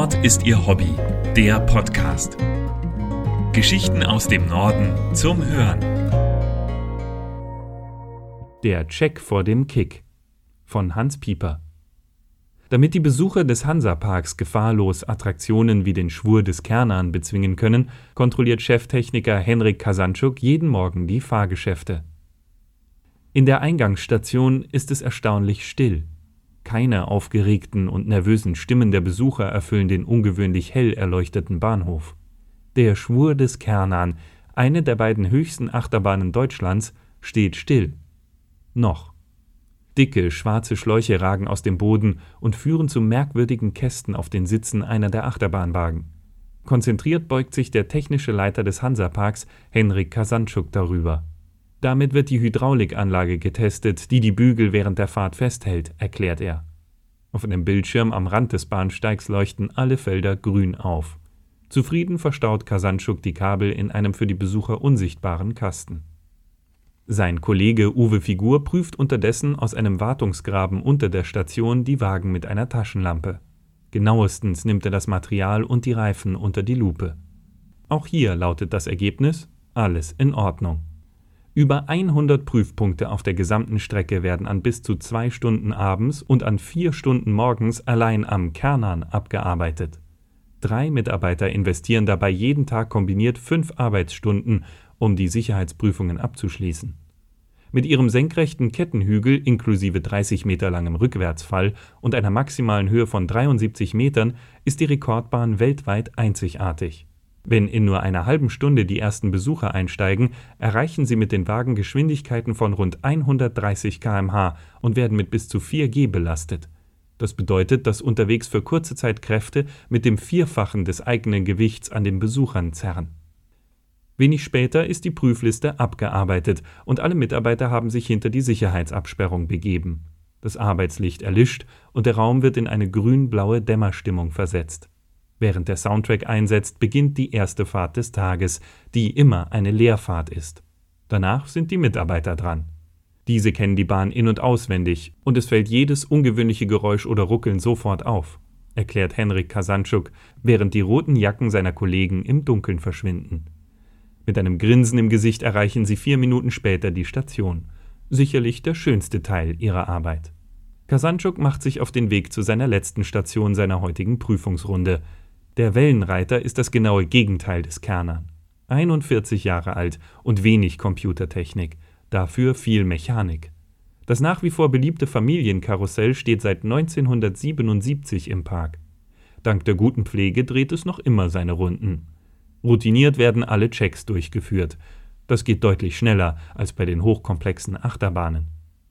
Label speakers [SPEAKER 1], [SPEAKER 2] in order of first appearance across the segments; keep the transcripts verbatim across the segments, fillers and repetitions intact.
[SPEAKER 1] Nord ist Ihr Hobby, der Podcast. Geschichten aus dem Norden zum Hören.
[SPEAKER 2] Der Check vor dem Kick von Hans Pieper. Damit die Besucher des Hansaparks gefahrlos Attraktionen wie den Schwur des Kernan bezwingen können, kontrolliert Cheftechniker Henryk Kasanczuk jeden Morgen die Fahrgeschäfte. In der Eingangsstation ist es erstaunlich still. Keine aufgeregten und nervösen Stimmen der Besucher erfüllen den ungewöhnlich hell erleuchteten Bahnhof. Der Schwur des Kernan, eine der beiden höchsten Achterbahnen Deutschlands, steht still. Noch. Dicke, schwarze Schläuche ragen aus dem Boden und führen zu merkwürdigen Kästen auf den Sitzen einer der Achterbahnwagen. Konzentriert beugt sich der technische Leiter des Hansaparks, Henryk Kasanczuk, darüber. Damit wird die Hydraulikanlage getestet, die die Bügel während der Fahrt festhält, erklärt er. Auf einem Bildschirm am Rand des Bahnsteigs leuchten alle Felder grün auf. Zufrieden verstaut Kasanczuk die Kabel in einem für die Besucher unsichtbaren Kasten. Sein Kollege Uwe Figur prüft unterdessen aus einem Wartungsgraben unter der Station die Wagen mit einer Taschenlampe. Genauestens nimmt er das Material und die Reifen unter die Lupe. Auch hier lautet das Ergebnis: alles in Ordnung. Über hundert Prüfpunkte auf der gesamten Strecke werden an bis zu zwei Stunden abends und an vier Stunden morgens allein am Kernan abgearbeitet. Drei Mitarbeiter investieren dabei jeden Tag kombiniert fünf Arbeitsstunden, um die Sicherheitsprüfungen abzuschließen. Mit ihrem senkrechten Kettenhügel inklusive dreißig Meter langem Rückwärtsfall und einer maximalen Höhe von dreiundsiebzig Metern ist die Rekordbahn weltweit einzigartig. Wenn in nur einer halben Stunde die ersten Besucher einsteigen, erreichen sie mit den Wagen Geschwindigkeiten von rund hundertdreißig Kilometer pro Stunde und werden mit bis zu vier G belastet. Das bedeutet, dass unterwegs für kurze Zeit Kräfte mit dem Vierfachen des eigenen Gewichts an den Besuchern zerren. Wenig später ist die Prüfliste abgearbeitet und alle Mitarbeiter haben sich hinter die Sicherheitsabsperrung begeben. Das Arbeitslicht erlischt und der Raum wird in eine grün-blaue Dämmerstimmung versetzt. Während der Soundtrack einsetzt, beginnt die erste Fahrt des Tages, die immer eine Leerfahrt ist. Danach sind die Mitarbeiter dran. Diese kennen die Bahn in- und auswendig und es fällt jedes ungewöhnliche Geräusch oder Ruckeln sofort auf, erklärt Henryk Kasanczuk, während die roten Jacken seiner Kollegen im Dunkeln verschwinden. Mit einem Grinsen im Gesicht erreichen sie vier Minuten später die Station. Sicherlich der schönste Teil ihrer Arbeit. Kasanczuk macht sich auf den Weg zu seiner letzten Station seiner heutigen Prüfungsrunde. Der Wellenreiter ist das genaue Gegenteil des Kernan. einundvierzig Jahre alt und wenig Computertechnik, dafür viel Mechanik. Das nach wie vor beliebte Familienkarussell steht seit neunzehnhundertsiebenundsiebzig im Park. Dank der guten Pflege dreht es noch immer seine Runden. Routiniert werden alle Checks durchgeführt. Das geht deutlich schneller als bei den hochkomplexen Achterbahnen.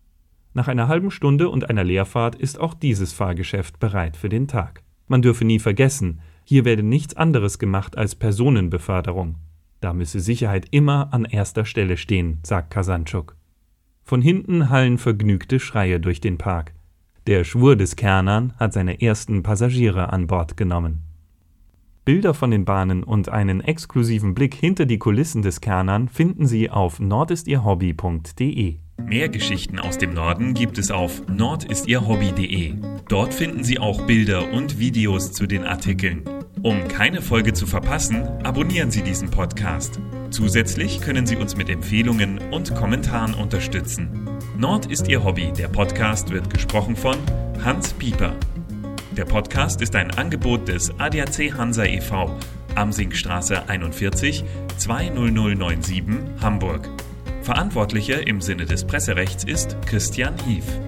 [SPEAKER 2] Nach einer halben Stunde und einer Leerfahrt ist auch dieses Fahrgeschäft bereit für den Tag. Man dürfe nie vergessen, hier werde nichts anderes gemacht als Personenbeförderung. Da müsse Sicherheit immer an erster Stelle stehen, sagt Kasanczuk. Von hinten hallen vergnügte Schreie durch den Park. Der Schwur des Kernan hat seine ersten Passagiere an Bord genommen. Bilder von den Bahnen und einen exklusiven Blick hinter die Kulissen des Kernan finden Sie auf nordistierhobby punkt de.
[SPEAKER 1] Mehr Geschichten aus dem Norden gibt es auf nordistierhobby punkt de. Dort finden Sie auch Bilder und Videos zu den Artikeln. Um keine Folge zu verpassen, abonnieren Sie diesen Podcast. Zusätzlich können Sie uns mit Empfehlungen und Kommentaren unterstützen. Nord ist Ihr Hobby, der Podcast wird gesprochen von Hans Pieper. Der Podcast ist ein Angebot des A D A C Hansa e V, Amsingstraße einundvierzig, zweitausendneunhundertsiebenundneunzig, Hamburg. Verantwortlicher im Sinne des Presserechts ist Christian Hief.